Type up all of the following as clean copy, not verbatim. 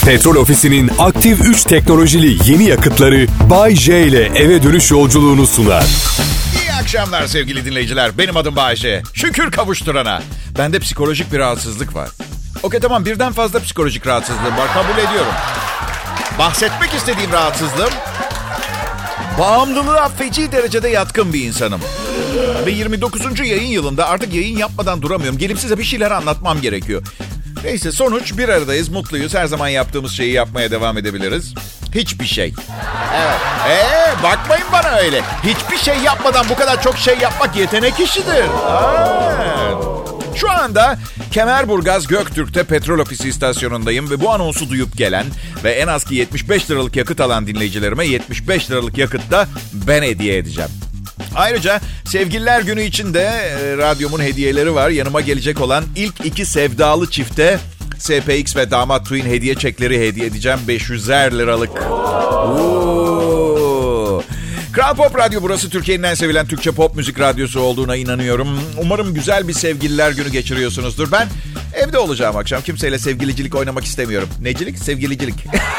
Petrol Ofisi'nin aktif 3 teknolojili yeni yakıtları Bay J ile eve dönüş yolculuğunu sunar. İyi akşamlar sevgili dinleyiciler. Benim adım Bay J. Şükür kavuşturana. Bende psikolojik bir rahatsızlık var. Okey tamam, birden fazla psikolojik rahatsızlığım var, kabul ediyorum. Bahsetmek istediğim rahatsızlığım, bağımlılığa feci derecede yatkın bir insanım. Ve 29. yayın yılında artık yayın yapmadan duramıyorum. Gelip size bir şeyler anlatmam gerekiyor. Neyse, sonuç bir aradayız, mutluyuz. Her zaman yaptığımız şeyi yapmaya devam edebiliriz. Hiçbir şey. Evet. Bakmayın bana öyle. Hiçbir şey yapmadan bu kadar çok şey yapmak yetenek işidir. Evet. Şu anda Kemerburgaz Göktürk'te Petrol Ofisi istasyonundayım ve bu anonsu duyup gelen ve en az ki 75 liralık yakıt alan dinleyicilerime 75 liralık yakıt da ben hediye edeceğim. Ayrıca Sevgililer Günü için de radyomun hediyeleri var. Yanıma gelecek olan ilk 2 sevdalı çifte SPX ve Damat Twin hediye çekleri hediye edeceğim. 500'er liralık. Kral Pop Radyo burası. Türkiye'nin en sevilen Türkçe pop müzik radyosu olduğuna inanıyorum. Umarım güzel bir Sevgililer Günü geçiriyorsunuzdur. Ben evde olacağım akşam. Kimseyle sevgilicilik oynamak istemiyorum. Necilik? Sevgilicilik.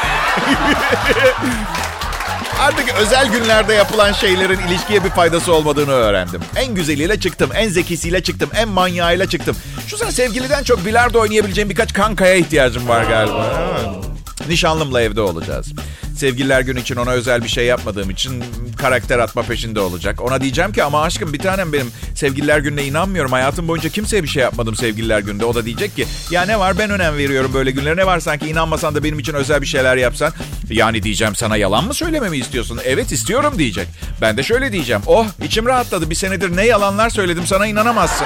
Artık özel günlerde yapılan şeylerin ilişkiye bir faydası olmadığını öğrendim. En güzeliyle çıktım, en zekisiyle çıktım, en manyağıyla çıktım. Şu sıra sevgiliden çok bilardo oynayabileceğim birkaç kankaya ihtiyacım var galiba. Nişanlımla evde olacağız. Sevgililer Günü için ona özel bir şey yapmadığım için karakter atma peşinde olacak. Ona diyeceğim ki ama aşkım bir tanem benim Sevgililer Günü'ne inanmıyorum. Hayatım boyunca kimseye bir şey yapmadım Sevgililer Günü'nde. O da diyecek ki ya ne var, ben önem veriyorum böyle günlere. Ne var sanki inanmasan da benim için özel bir şeyler yapsan. Yani diyeceğim, sana yalan mı söylememi istiyorsun? Evet istiyorum diyecek. Ben de şöyle diyeceğim. Oh, içim rahatladı, bir senedir ne yalanlar söyledim, sana inanamazsın.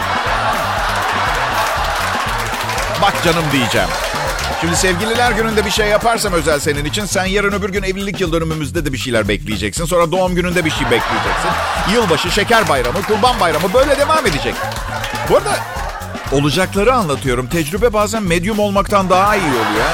Bak canım diyeceğim. Şimdi Sevgililer Günü'nde bir şey yaparsam özel senin için, sen yarın öbür gün evlilik yıl dönümümüzde de bir şeyler bekleyeceksin. Sonra doğum gününde bir şey bekleyeceksin. Yılbaşı, şeker bayramı, kurban bayramı böyle devam edecek. Bu arada olacakları anlatıyorum. Tecrübe bazen medyum olmaktan daha iyi oluyor.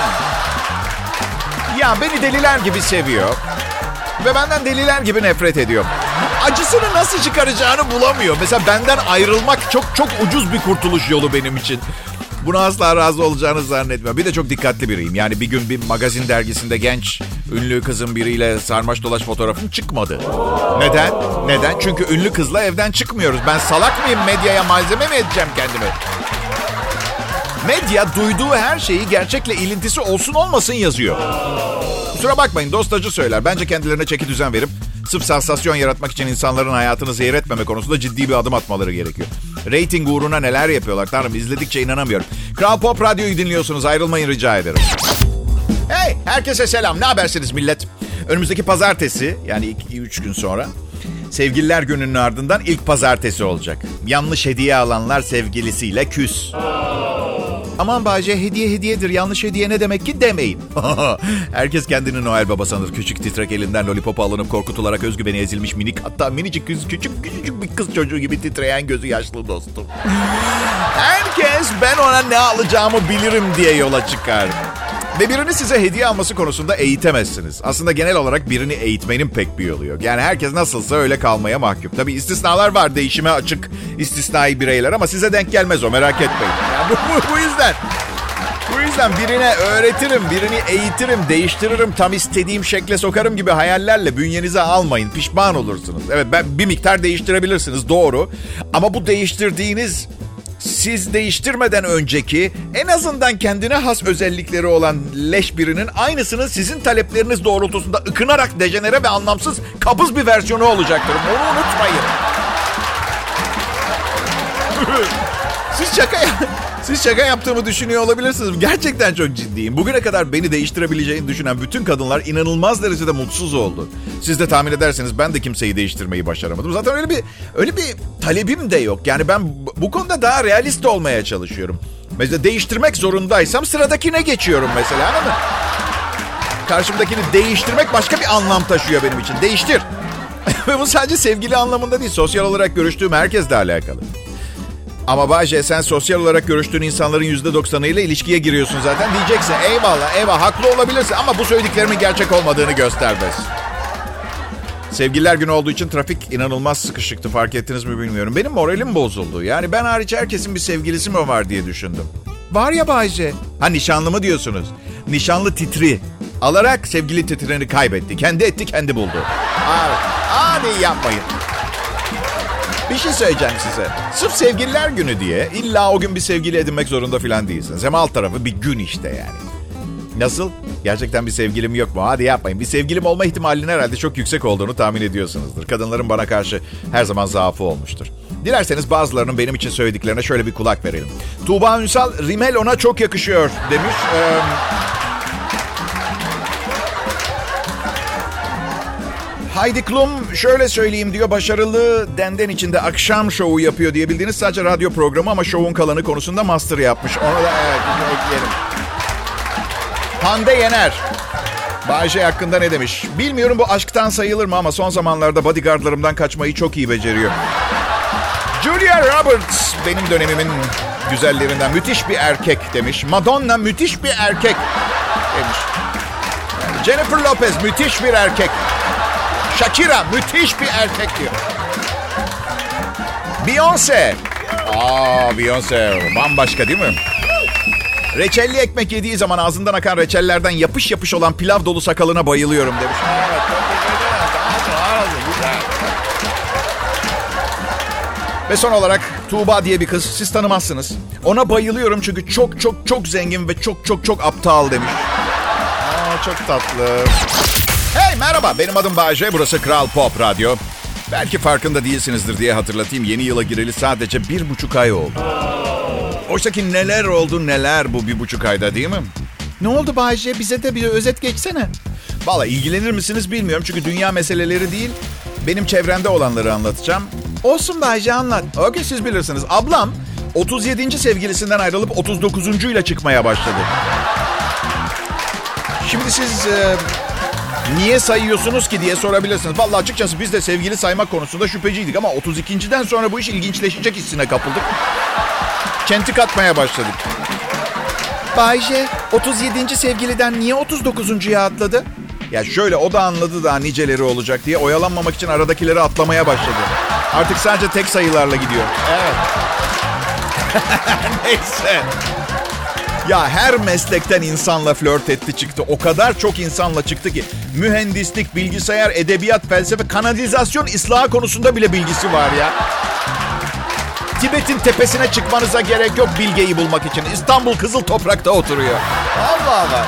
Ya beni deliler gibi seviyor ve benden deliler gibi nefret ediyor. Acısını nasıl çıkaracağını bulamıyor. Mesela benden ayrılmak çok ucuz bir kurtuluş yolu benim için. Buna asla razı olacağını zannetmiyorum. Bir de çok dikkatli biriyim. Yani bir gün bir magazin dergisinde genç, ünlü kızın biriyle sarmaş dolaş fotoğrafım çıkmadı. Neden? Neden? Çünkü ünlü kızla evden çıkmıyoruz. Ben salak mıyım, medyaya malzeme mi edeceğim kendimi? Medya duyduğu her şeyi gerçekle ilintisi olsun olmasın yazıyor. Kusura bakmayın, dostacı söyler. Bence kendilerine çeki düzen verip sırf sansasyon yaratmak için insanların hayatını zehir etmeme konusunda ciddi bir adım atmaları gerekiyor. Rating uğruna neler yapıyorlar Tanrım, izledikçe inanamıyorum. Kral Pop Radyo'yu dinliyorsunuz, ayrılmayın rica ederim. Hey, herkese selam, ne habersiniz millet? Önümüzdeki pazartesi, yani 2-3 gün sonra Sevgililer Günü'nün ardından ilk pazartesi olacak. Yanlış hediye alanlar sevgilisiyle küs. Aman Bahçe, hediye hediyedir, yanlış hediye ne demek ki demeyin. Herkes kendini Noel Baba sanır. Küçük titrek elinden lollipopu alınıp korkutularak özgüveni ezilmiş minik, hatta minicik küçük bir kız çocuğu gibi titreyen gözü yaşlı dostum. Herkes ben ona ne alacağımı bilirim diye yola çıkar. Ve birini size hediye alması konusunda eğitemezsiniz. Aslında genel olarak birini eğitmenin pek bir yolu yok. Yani herkes nasılsa öyle kalmaya mahkum. Tabii istisnalar var, değişime açık istisnai bireyler, ama size denk gelmez o, merak etmeyin. Yani bu yüzden birine öğretirim, birini eğitirim, değiştiririm, tam istediğim şekle sokarım gibi hayallerle bünyenize almayın. Pişman olursunuz. Evet, bir miktar değiştirebilirsiniz, doğru. Ama bu değiştirdiğiniz, siz değiştirmeden önceki en azından kendine has özellikleri olan leş birinin aynısının sizin talepleriniz doğrultusunda ıkınarak dejenere ve anlamsız kabız bir versiyonu olacaktır. Bunu unutmayın. Siz şaka yaptığımı düşünüyor olabilirsiniz. Gerçekten çok ciddiyim. Bugüne kadar beni değiştirebileceğini düşünen bütün kadınlar inanılmaz derecede mutsuz oldu. Siz de tahmin ederseniz ben de kimseyi değiştirmeyi başaramadım. Zaten öyle bir talebim de yok. Yani ben bu konuda daha realist olmaya çalışıyorum. Mesela değiştirmek zorundaysam sıradakine geçiyorum mesela, anladın mı? Karşımdakini değiştirmek başka bir anlam taşıyor benim için. Değiştir. Ve bu sadece sevgili anlamında değil, sosyal olarak görüştüğüm herkesle alakalı. Ama Bahçe, sen sosyal olarak görüştüğün insanların %90'ıyla ilişkiye giriyorsun zaten. Diyeceksin eyvallah haklı olabilirsin ama bu söylediklerimin gerçek olmadığını göstermez. Sevgililer Günü olduğu için trafik inanılmaz sıkışıktı, fark ettiniz mi bilmiyorum. Benim moralim bozuldu. Yani ben hariç herkesin bir sevgilisi mi var diye düşündüm. Var ya Bay J. Ha, nişanlı mı diyorsunuz? Nişanlı titri alarak sevgili titrini kaybetti. Kendi etti, kendi buldu. Hadi yapmayın. Bir şey söyleyeceğim size. Sırf sevgililer günü diye illa o gün bir sevgili edinmek zorunda falan değilsiniz. Hem alt tarafı bir gün işte yani. Nasıl? Gerçekten bir sevgilim yok mu? Hadi yapmayın. Bir sevgilim olma ihtimalinin herhalde çok yüksek olduğunu tahmin ediyorsunuzdur. Kadınların bana karşı her zaman zaafı olmuştur. Dilerseniz bazılarının benim için söylediklerine şöyle bir kulak verelim. Tuğba Ünsal, rimel ona çok yakışıyor demiş. Heidi Klum şöyle söyleyeyim diyor. Başarılı denden içinde akşam şovu yapıyor diye bildiğiniz sadece radyo programı ama şovun kalanı konusunda master yapmış. Onu da ekleyelim. Hande Yener. Bay J hakkında ne demiş? Bilmiyorum bu aşktan sayılır mı ama son zamanlarda bodyguardlarımdan kaçmayı çok iyi beceriyor. Julia Roberts benim dönemimin güzellerinden müthiş bir erkek demiş. Madonna müthiş bir erkek demiş. Jennifer Lopez müthiş bir erkek. Shakira müthiş bir erkek diyor. Beyoncé. Beyoncé bambaşka değil mi? Reçelli ekmek yediği zaman ağzından akan reçellerden yapış yapış olan pilav dolu sakalına bayılıyorum demiş. Evet, ve son olarak Tuğba diye bir kız. Siz tanımazsınız. Ona bayılıyorum çünkü çok çok çok zengin ve çok çok çok aptal demiş. Çok tatlı. Hey merhaba, benim adım Bay J. Burası Kral Pop Radyo. Belki farkında değilsinizdir diye hatırlatayım. Yeni yıla gireli sadece 1,5 ay oldu. Oysa ki neler oldu neler bu 1,5 ayda değil mi? Ne oldu Bay J? Bize de bir özet geçsene. Vallahi ilgilenir misiniz bilmiyorum. Çünkü dünya meseleleri değil, benim çevremde olanları anlatacağım. Olsun Bay J, anlat. Okey, siz bilirsiniz. Ablam 37. sevgilisinden ayrılıp 39. ile çıkmaya başladı. Şimdi siz niye sayıyorsunuz ki diye sorabilirsiniz. Vallahi açıkçası biz de sevgili saymak konusunda şüpheciydik ama 32.den sonra bu iş ilginçleşecek hissine kapıldık. Çentik atmaya başladık. Bay J, 37. sevgiliden niye 39.ya atladı? Ya şöyle, o da anladı daha niceleri olacak diye oyalanmamak için aradakileri atlamaya başladı. Artık sadece tek sayılarla gidiyor. Evet. Neyse. Ya her meslekten insanla flört etti çıktı. O kadar çok insanla çıktı ki. Mühendislik, bilgisayar, edebiyat, felsefe, kanalizasyon, ıslahı konusunda bile bilgisi var ya. Tibet'in tepesine çıkmanıza gerek yok Bilge'yi bulmak için. İstanbul Kızıl Toprak'ta oturuyor. Allah Allah.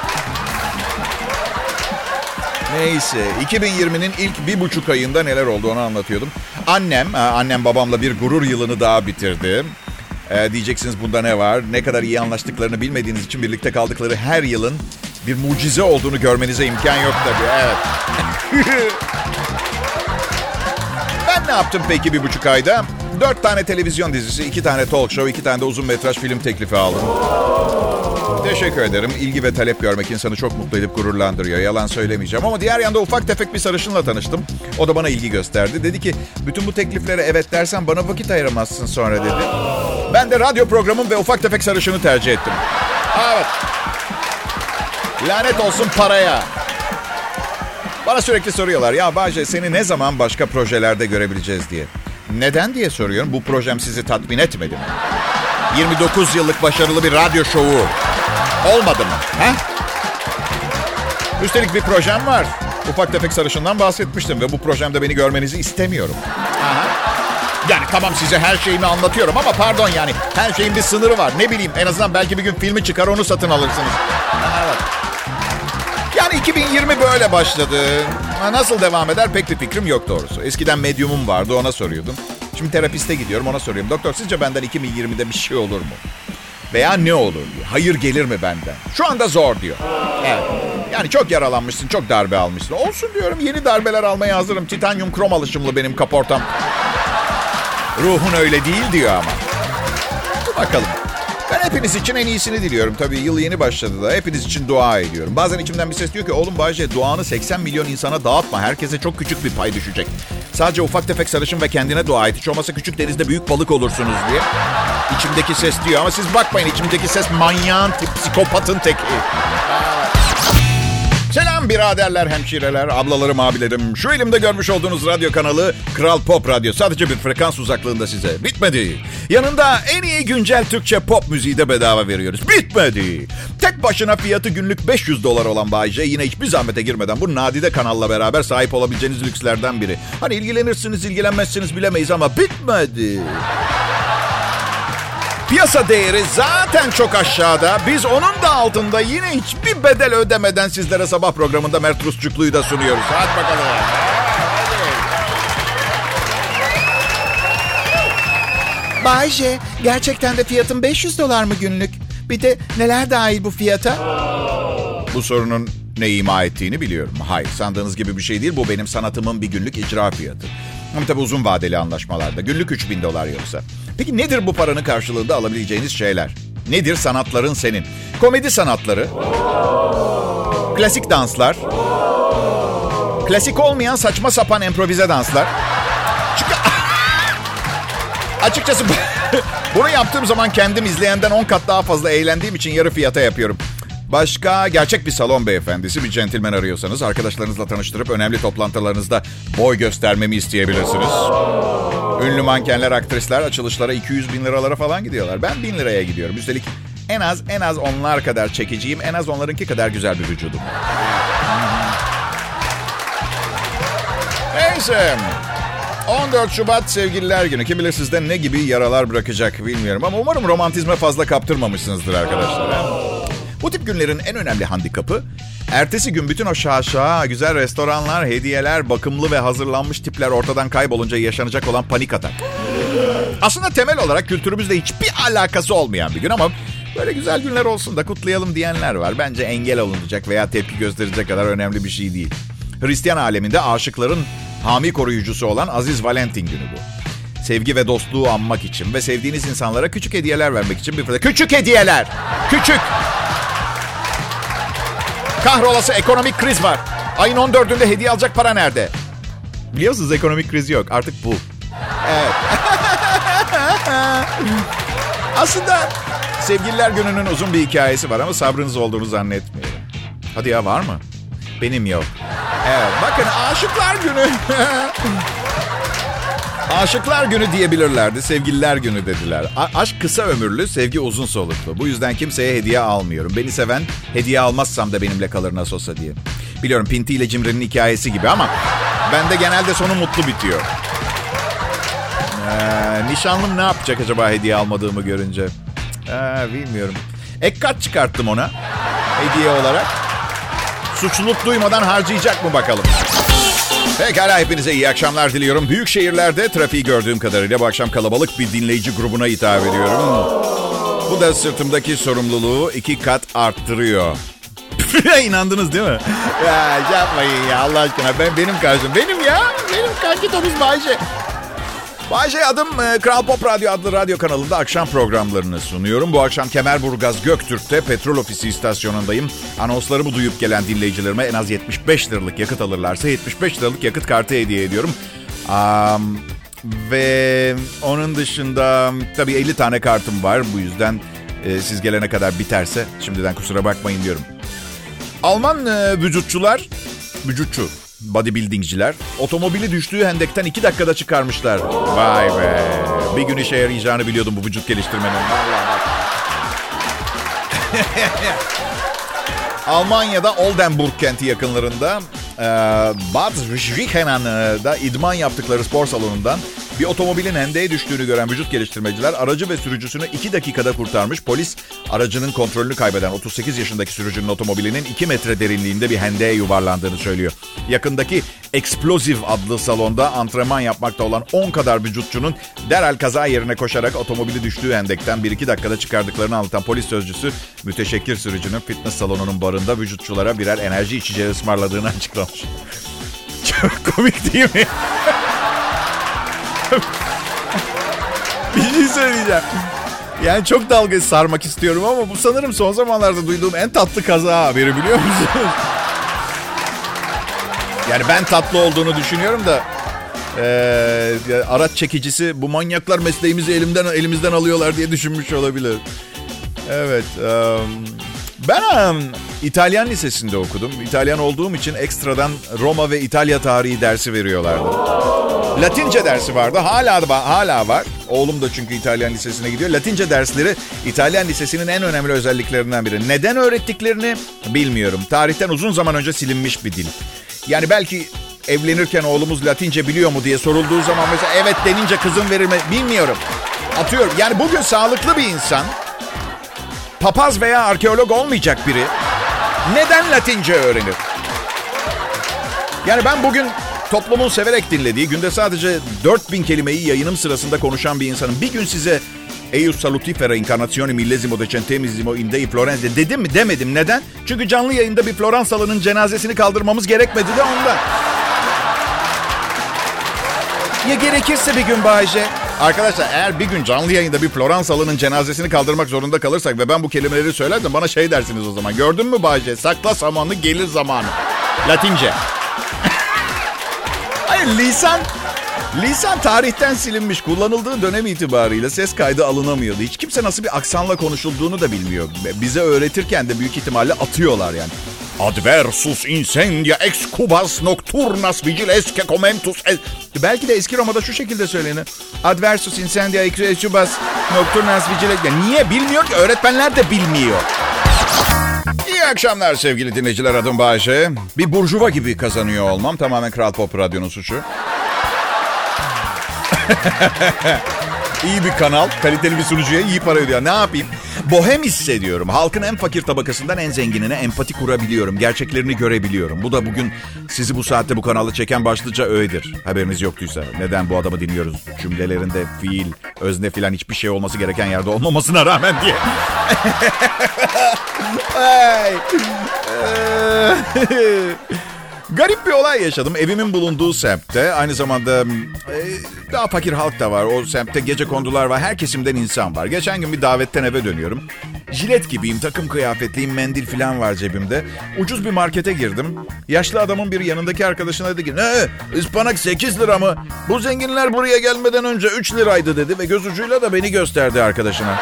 Neyse, 2020'nin ilk 1,5 ayında neler oldu onu anlatıyordum. Annem babamla bir gurur yılını daha bitirdi. Diyeceksiniz bunda ne var? Ne kadar iyi anlaştıklarını bilmediğiniz için birlikte kaldıkları her yılın bir mucize olduğunu görmenize imkan yok tabii. Evet. Ben ne yaptım peki 1,5 ayda? 4 tane televizyon dizisi, 2 tane talk show, 2 tane de uzun metraj film teklifi aldım. Teşekkür ederim. İlgi ve talep görmek insanı çok mutlu edip gururlandırıyor. Yalan söylemeyeceğim. Ama diğer yanda ufak tefek bir sarışınla tanıştım. O da bana ilgi gösterdi. Dedi ki bütün bu tekliflere evet dersen bana vakit ayıramazsın sonra dedi. Ben de radyo programım ve ufak tefek sarışını tercih ettim. Evet. Lanet olsun paraya. Bana sürekli soruyorlar. Ya Bahçe, seni ne zaman başka projelerde görebileceğiz diye. Neden diye soruyorum. Bu projem sizi tatmin etmedi mi? 29 yıllık başarılı bir radyo şovu olmadı mı? He? Üstelik bir projem var. Ufak tefek sarışından bahsetmiştim ve bu projemde beni görmenizi istemiyorum. Aha. Yani tamam, size her şeyimi anlatıyorum ama pardon yani her şeyin bir sınırı var. Ne bileyim, en azından belki bir gün filmi çıkar onu satın alırsınız. Evet. Yani 2020 böyle başladı. Nasıl devam eder pek bir fikrim yok doğrusu. Eskiden medyumum vardı, ona soruyordum. Şimdi terapiste gidiyorum, ona soruyorum. Doktor, sizce benden 2020'de bir şey olur mu? Veya ne olur diyor. Hayır gelir mi benden? Şu anda zor diyor. Evet. Yani çok yaralanmışsın, çok darbe almışsın. Olsun diyorum, yeni darbeler almaya hazırım. Titanyum krom alışımlı benim kaportam. Ruhun öyle değil diyor ama. Bakalım. Ben hepiniz için en iyisini diliyorum. Tabii yıl yeni başladı da hepiniz için dua ediyorum. Bazen içimden bir ses diyor ki oğlum Bayce, duanı 80 milyon insana dağıtma. Herkese çok küçük bir pay düşecek. Sadece ufak tefek sarışın ve kendine dua et. Hiç olmazsa küçük denizde büyük balık olursunuz diye. İçimdeki ses diyor ama siz bakmayın, içimdeki ses manyağın, psikopatın teki. Selam, bir biraderler, hemşireler, ablalarım, abilerim. Şu elimde görmüş olduğunuz radyo kanalı Kral Pop Radyo. Sadece bir frekans uzaklığında size. Bitmedi. Yanında en iyi güncel Türkçe pop müziği de bedava veriyoruz. Bitmedi. Tek başına fiyatı günlük $500 olan Bay J yine hiçbir zahmete girmeden bu nadide kanalla beraber sahip olabileceğiniz lükslerden biri. Hani ilgilenirsiniz, ilgilenmezsiniz bilemeyiz ama bitmedi. Piyasa değeri zaten çok aşağıda. Biz onun da altında yine hiçbir bedel ödemeden sizlere sabah programında Mert Rusçuklu'yu da sunuyoruz. Hadi bakalım. Bay J, gerçekten de fiyatın $500 mı günlük? Bir de neler dahil bu fiyata? Bu sorunun ne ima ettiğini biliyorum. Hayır, sandığınız gibi bir şey değil. Bu benim sanatımın bir günlük icra fiyatı. Ama tabii uzun vadeli anlaşmalarda. Günlük $3.000 yoksa. Peki nedir bu paranın karşılığında alabileceğiniz şeyler? Nedir sanatların senin? Komedi sanatları, klasik danslar, klasik olmayan saçma sapan improvize danslar. Açıkçası bunu yaptığım zaman kendim izleyenden 10 kat daha fazla eğlendiğim için yarı fiyata yapıyorum. Başka gerçek bir salon beyefendisi, bir centilmen arıyorsanız arkadaşlarınızla tanıştırıp önemli toplantılarınızda boy göstermemi isteyebilirsiniz. Ünlü mankenler, aktrisler açılışlara 200.000 liralara falan gidiyorlar. Ben 1.000 liraya gidiyorum. Üstelik en az onlar kadar çekiciyim, en az onlarınki kadar güzel bir vücudum. Neyse. 14 Şubat Sevgililer Günü. Kim bilir sizde ne gibi yaralar bırakacak bilmiyorum ama umarım romantizme fazla kaptırmamışsınızdır arkadaşlar. Bu tip günlerin en önemli handikapı, ertesi gün bütün o şaşa, güzel restoranlar, hediyeler, bakımlı ve hazırlanmış tipler ortadan kaybolunca yaşanacak olan panik atak. Aslında temel olarak kültürümüzle hiçbir alakası olmayan bir gün ama böyle güzel günler olsun da kutlayalım diyenler var. Bence engel olunacak veya tepki gösterecek kadar önemli bir şey değil. Hristiyan aleminde aşıkların hami koruyucusu olan Aziz Valentin günü bu. Sevgi ve dostluğu anmak için ve sevdiğiniz insanlara küçük hediyeler vermek için bir fırsat. Küçük hediyeler! Küçük! Kahrolası ekonomik kriz var. Ayın 14'ünde hediye alacak para nerede? Biliyorsunuz ekonomik kriz yok. Artık bu. Evet. Aslında Sevgililer Günü'nün uzun bir hikayesi var ama sabrınız olduğunu zannetmiyorum. Hadi ya, var mı? Benim yok. Evet, bakın Aşıklar Günü. Aşıklar Günü diyebilirlerdi. Sevgililer Günü dediler. Aşk kısa ömürlü, sevgi uzun soluklu. Bu yüzden kimseye hediye almıyorum. Beni seven hediye almazsam da benimle kalır nasıl olsa diye. Biliyorum Pinti ile Cimri'nin hikayesi gibi ama bende genelde sonu mutlu bitiyor. Nişanlım ne yapacak acaba hediye almadığımı görünce? Bilmiyorum. Ek kart çıkarttım ona hediye olarak. Suçluluk duymadan harcayacak mı bakalım? Pekala, hepinize iyi akşamlar diliyorum. Büyük şehirlerde trafiği gördüğüm kadarıyla bu akşam kalabalık bir dinleyici grubuna hitap ediyorum. Bu da sırtımdaki sorumluluğu 2 kat arttırıyor. İnandınız değil mi? Ya yapmayın ya Allah aşkına. Benim karşım. Benim kanki Tomuz Bayce. Bayce adım. Kral Pop Radyo adlı radyo kanalında akşam programlarını sunuyorum. Bu akşam Kemerburgaz Göktürk'te petrol ofisi istasyonundayım. Anonslarımı duyup gelen dinleyicilerime en az 75 liralık yakıt alırlarsa 75 liralık yakıt kartı hediye ediyorum. Ve onun dışında tabii 50 tane kartım var. Bu yüzden siz gelene kadar biterse şimdiden kusura bakmayın diyorum. Alman vücutçu, bodybuildingciler otomobili düştüğü hendekten 2 dakikada çıkarmışlar. Vay be. Bir gün işe yarayacağını biliyordum bu vücut geliştirmenin. Almanya'da Oldenburg kenti yakınlarında Bad Reichenann'da idman yaptıkları spor salonundan bir otomobilin hendeğe düştüğünü gören vücut geliştirmeciler aracı ve sürücüsünü 2 dakikada kurtarmış. Polis aracının kontrolünü kaybeden 38 yaşındaki sürücünün otomobilinin 2 metre derinliğinde bir hendeğe yuvarlandığını söylüyor. Yakındaki Explosive adlı salonda antrenman yapmakta olan 10 kadar vücutçunun derhal kaza yerine koşarak otomobili düştüğü hendekten 1-2 dakikada çıkardıklarını anlatan polis sözcüsü müteşekkir sürücünün fitness salonunun barında vücutçulara birer enerji içeceği ısmarladığını açıklamış. Çok komik değil mi? Bir şey söyleyeceğim. Yani çok dalga sarmak istiyorum ama bu sanırım son zamanlarda duyduğum en tatlı kaza haberi, biliyor musunuz? Yani ben tatlı olduğunu düşünüyorum da araç çekicisi bu manyaklar mesleğimizi elimizden alıyorlar diye düşünmüş olabilir. Evet. Ben İtalyan lisesinde okudum. İtalyan olduğum için ekstradan Roma ve İtalya tarihi dersi veriyorlardı. Latince dersi vardı. Hala var. Oğlum da çünkü İtalyan lisesine gidiyor. Latince dersleri İtalyan lisesinin en önemli özelliklerinden biri. Neden öğrettiklerini bilmiyorum. Tarihten uzun zaman önce silinmiş bir dil. Yani belki evlenirken oğlumuz Latince biliyor mu diye sorulduğu zaman mesela evet denince kızım verilme bilmiyorum. Atıyorum. Yani bugün sağlıklı bir insan, papaz veya arkeolog olmayacak biri neden Latince öğrenir? Yani ben bugün toplumun severek dinlediği, günde sadece 4000 kelimeyi yayınım sırasında konuşan bir insanım. Bir gün size Eius salutifera incarnazione millesimo decentemesimo in Dei Florence dedim mi? Demedim. Neden? Çünkü canlı yayında bir Floransalı'nın cenazesini kaldırmamız gerekmedi de ondan. Ya gerekirse bir gün Bayce. Arkadaşlar eğer bir gün canlı yayında bir Floransalı'nın cenazesini kaldırmak zorunda kalırsak ve ben bu kelimeleri söylersem bana şey dersiniz o zaman. Gördün mü Bayce? Sakla samanı gelir zamanı. Latince. Hayır lisan tarihten silinmiş. Kullanıldığı dönem itibariyle ses kaydı alınamıyordu. Hiç kimse nasıl bir aksanla konuşulduğunu da bilmiyor. Bize öğretirken de büyük ihtimalle atıyorlar yani. Adversus incendia ex cubas nocturnas vigilesque comentus. Belki de eski Roma'da şu şekilde söylenir. Adversus incendia ex cubas nocturnas vigilesque. Niye? Bilmiyor ki. Öğretmenler de bilmiyor. İyi akşamlar sevgili dinleyiciler. Adım Bayce. Bir burjuva gibi kazanıyor olmam tamamen Kral Pop Radyo'nun suçu. İyi bir kanal, kaliteli bir sunucuya iyi para ödüyor. Ne yapayım? Bohem hissediyorum. Halkın en fakir tabakasından en zenginine empati kurabiliyorum. Gerçeklerini görebiliyorum. Bu da bugün sizi bu saatte bu kanalı çeken başlıca öğedir. Haberiniz yoktuysa. Neden bu adamı dinliyoruz? Cümlelerinde fiil, özne filan hiçbir şey olması gereken yerde olmamasına rağmen diye. Garip bir olay yaşadım. Evimin bulunduğu semtte aynı zamanda daha fakir halk da var. O semtte gecekondular var. Her kesimden insan var. Geçen gün bir davetten eve dönüyorum. Jilet gibiyim, takım kıyafetliyim, mendil falan var cebimde. Ucuz bir markete girdim. Yaşlı adamın biri yanındaki arkadaşına dedi ki ne? Ispanak 8 lira mı? Bu zenginler buraya gelmeden önce 3 liraydı dedi ve göz ucuyla da beni gösterdi arkadaşına.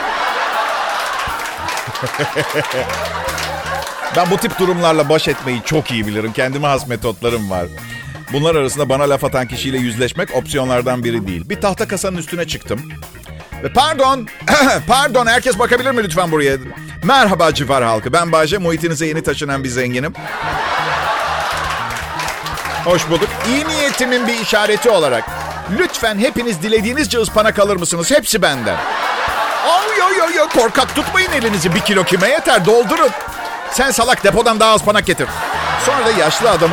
Ben bu tip durumlarla baş etmeyi çok iyi bilirim. Kendime has metotlarım var. Bunlar arasında bana laf atan kişiyle yüzleşmek opsiyonlardan biri değil. Bir tahta kasanın üstüne çıktım. Ve pardon herkes bakabilir mi lütfen buraya? Merhaba civar halkı, ben Bayce, muhitinize yeni taşınan bir zenginim. Hoş bulduk. İyi niyetimin bir işareti olarak lütfen hepiniz dilediğinizce ıspanak alır mısınız? Hepsi benden. Yo, korkak tutmayın elinizi, 1 kilo kime yeter, doldurun. Sen salak, depodan daha ıspanak getir. Sonra da yaşlı adamın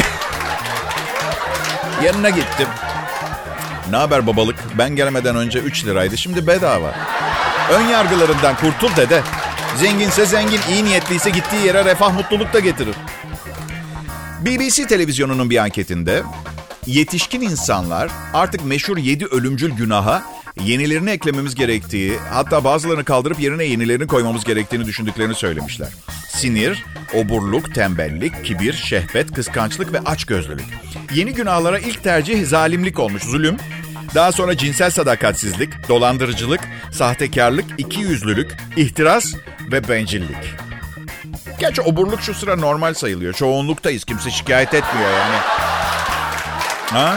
yanına gittim. Ne haber babalık? Ben gelmeden önce 3 liraydı, şimdi bedava. Ön yargılarından kurtul dede. Zenginse zengin, iyi niyetliyse gittiği yere refah mutluluk da getirir. BBC televizyonunun bir anketinde yetişkin insanlar artık meşhur 7 ölümcül günaha yenilerini eklememiz gerektiği, hatta bazılarını kaldırıp yerine yenilerini koymamız gerektiğini düşündüklerini söylemişler. Sinir, oburluk, tembellik, kibir, şehvet, kıskançlık ve açgözlülük. Yeni günahlara ilk tercih zalimlik olmuş, zulüm. Daha sonra cinsel sadakatsizlik, dolandırıcılık, sahtekarlık, ikiyüzlülük, ihtiras ve bencillik. Gerçi oburluk şu sıra normal sayılıyor. Çoğunluktayız, kimse şikayet etmiyor yani. Ha?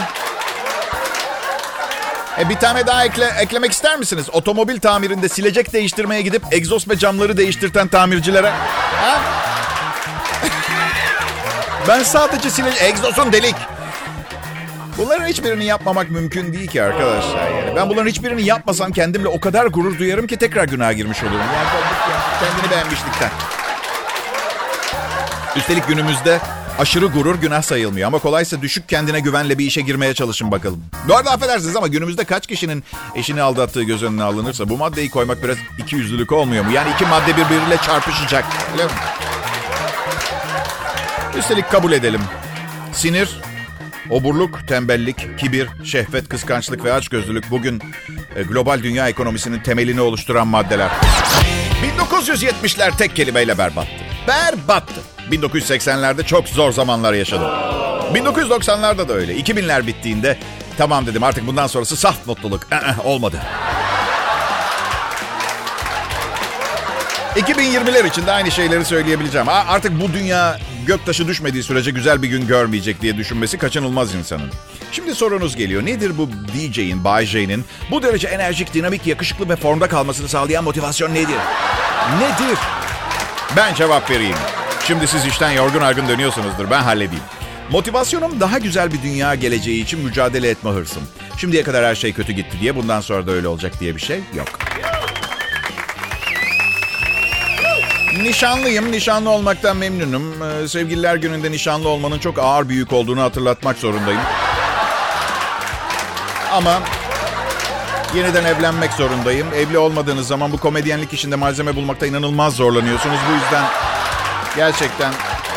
Bir tane daha eklemek ister misiniz? Otomobil tamirinde silecek değiştirmeye gidip egzoz ve camları değiştirten tamircilere. Ha? Ben sadece egzozun delik. Bunların hiçbirini yapmamak mümkün değil ki arkadaşlar. Yani ben bunların hiçbirini yapmasam kendimle o kadar gurur duyarım ki tekrar günaha girmiş olurum. Yani kendini beğenmişlikten. Üstelik günümüzde aşırı gurur günah sayılmıyor. Ama kolaysa düşük kendine güvenle bir işe girmeye çalışın bakalım. Bu arada affedersiniz ama günümüzde kaç kişinin eşini aldattığı göz önüne alınırsa bu maddeyi koymak biraz ikiyüzlülük olmuyor mu? Yani iki madde birbiriyle çarpışacak. Öyle mi? Üstelik kabul edelim. Sinir, oburluk, tembellik, kibir, şehvet, kıskançlık ve açgözlülük bugün global dünya ekonomisinin temelini oluşturan maddeler. 1970'ler tek kelimeyle berbattı. Berbattı. 1980'lerde çok zor zamanlar yaşadım. 1990'larda da öyle. 2000'ler bittiğinde tamam dedim, artık bundan sonrası saf mutluluk. Olmadı. 2020'ler için de aynı şeyleri söyleyebileceğim. Artık bu dünya göktaşı düşmediği sürece güzel bir gün görmeyecek diye düşünmesi kaçınılmaz insanın. Şimdi sorunuz geliyor. Nedir bu DJ'in, Bay J'nin bu derece enerjik, dinamik, yakışıklı ve formda kalmasını sağlayan motivasyon nedir? Nedir? Ben cevap vereyim. Şimdi siz işten yorgun argın dönüyorsunuzdur. Ben halledeyim. Motivasyonum daha güzel bir dünya geleceği için mücadele etme hırsım. Şimdiye kadar her şey kötü gitti diye bundan sonra da öyle olacak diye bir şey yok. Nişanlıyım. Nişanlı olmaktan memnunum. Sevgililer gününde nişanlı olmanın çok ağır bir yük olduğunu hatırlatmak zorundayım. Ama yeniden evlenmek zorundayım. Evli olmadığınız zaman bu komedyenlik işinde malzeme bulmakta inanılmaz zorlanıyorsunuz. Bu yüzden gerçekten...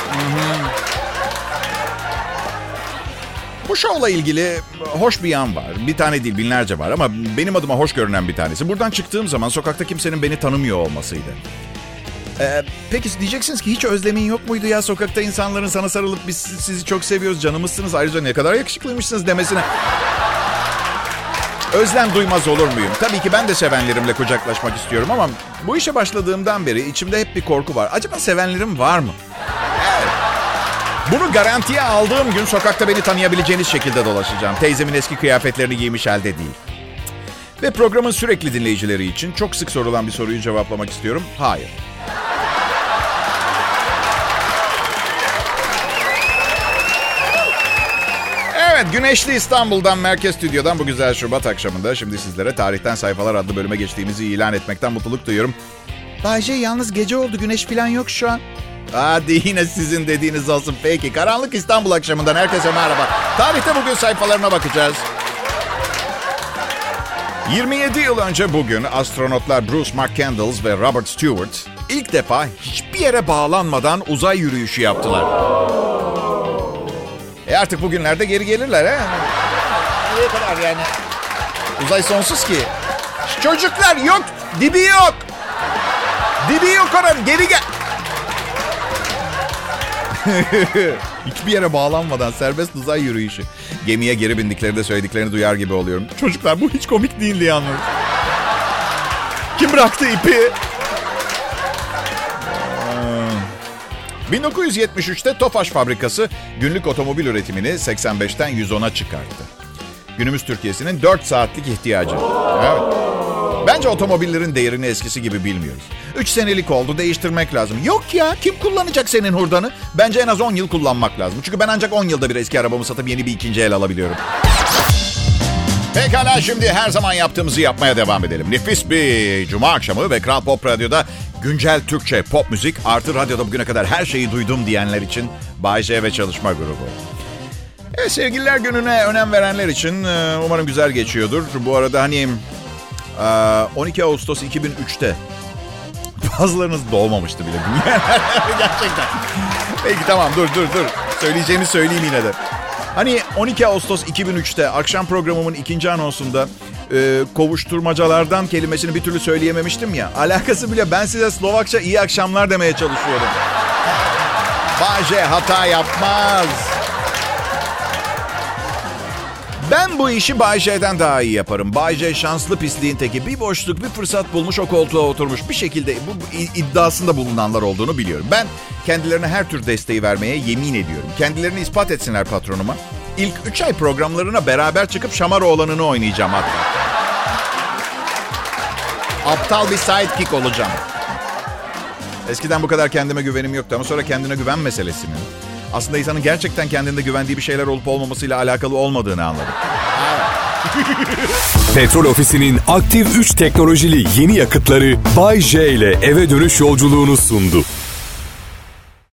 Bu şovla ilgili hoş bir yan var. Bir tane değil, binlerce var ama benim adıma hoş görünen bir tanesi. Buradan çıktığım zaman sokakta kimsenin beni tanımıyor olmasıydı. Peki diyeceksiniz ki hiç özlemin yok muydu ya sokakta insanların sana sarılıp biz sizi çok seviyoruz, canımızsınız, ayrıca ne kadar yakışıklıymışsınız demesine. Özlem duymaz olur muyum? Tabii ki ben de sevenlerimle kucaklaşmak istiyorum ama bu işe başladığımdan beri içimde hep bir korku var. Acaba sevenlerim var mı? Evet. Bunu garantiye aldığım gün sokakta beni tanıyabileceğiniz şekilde dolaşacağım. Teyzemin eski kıyafetlerini giymiş halde değil. Ve programın sürekli dinleyicileri için çok sık sorulan bir soruyu cevaplamak istiyorum. Hayır. Evet, güneşli İstanbul'dan, Merkez Stüdyo'dan bu güzel Şubat akşamında şimdi sizlere Tarihten Sayfalar adlı bölüme geçtiğimizi ilan etmekten mutluluk duyuyorum. Bay J, yalnız gece oldu, güneş falan yok şu an. Hadi yine sizin dediğiniz olsun. Peki, karanlık İstanbul akşamından herkese merhaba. Tarihte bugün sayfalarına bakacağız. 27 yıl önce bugün astronotlar Bruce McCandless ve Robert Stewart ilk defa hiçbir yere bağlanmadan uzay yürüyüşü yaptılar. Artık bugünlerde geri gelirler he. Nereye kadar yani? Uzay sonsuz ki. Çocuklar yok, dibi yok. Dibi yok oranın, geri gel. Hiçbir yere bağlanmadan serbest uzay yürüyüşü. Gemiye geri bindiklerinde söylediklerini duyar gibi oluyorum. Çocuklar bu hiç komik değildi yalnız. Kim bıraktı ipi? 1973'te Tofaş fabrikası günlük otomobil üretimini 85'ten 110'a çıkarttı. Günümüz Türkiye'sinin 4 saatlik ihtiyacı. Evet. Bence otomobillerin değerini eskisi gibi bilmiyoruz. 3 senelik oldu, değiştirmek lazım. Yok ya, kim kullanacak senin hurdanı? Bence en az 10 yıl kullanmak lazım. Çünkü ben ancak 10 yılda bir eski arabamı satıp yeni bir ikinci el alabiliyorum. Pekala, şimdi her zaman yaptığımızı yapmaya devam edelim. Nefis bir cuma akşamı ve Kral Pop Radyo'da güncel Türkçe pop müzik artı radyoda bugüne kadar her şeyi duydum diyenler için Bay J ve Çalışma Grubu. Evet, sevgililer gününe önem verenler için umarım güzel geçiyordur. Bu arada hani 12 Ağustos 2003'te bazılarınız doğmamıştı bile. Gerçekten. Peki tamam, dur. Söyleyeceğimi söyleyeyim yine de. Hani 12 Ağustos 2003'te akşam programımın ikinci anonsunda kovuşturmacalardan kelimesini bir türlü söyleyememiştim ya. Alakası bile, ben size Slovakça iyi akşamlar demeye çalışıyordum. Bay J hata yapmaz. Ben bu işi Bay J'den daha iyi yaparım. Bay J şanslı pisliğin teki. Bir boşluk, bir fırsat bulmuş, o koltuğa oturmuş. Bir şekilde bu iddiasında bulunanlar olduğunu biliyorum. Ben kendilerine her tür desteği vermeye yemin ediyorum. Kendilerini ispat etsinler patronuma. İlk 3 ay programlarına beraber çıkıp Şamaroğlan'ını oynayacağım hatta. Aptal bir sidekick olacağım. Eskiden bu kadar kendime güvenim yoktu ama sonra kendine güven meselesinin aslında insanın gerçekten kendinde güvendiği bir şeyler olup olmamasıyla alakalı olmadığını anladım. Petrol Ofisi'nin aktif 3 teknolojili yeni yakıtları Bay J ile eve dönüş yolculuğunu sundu.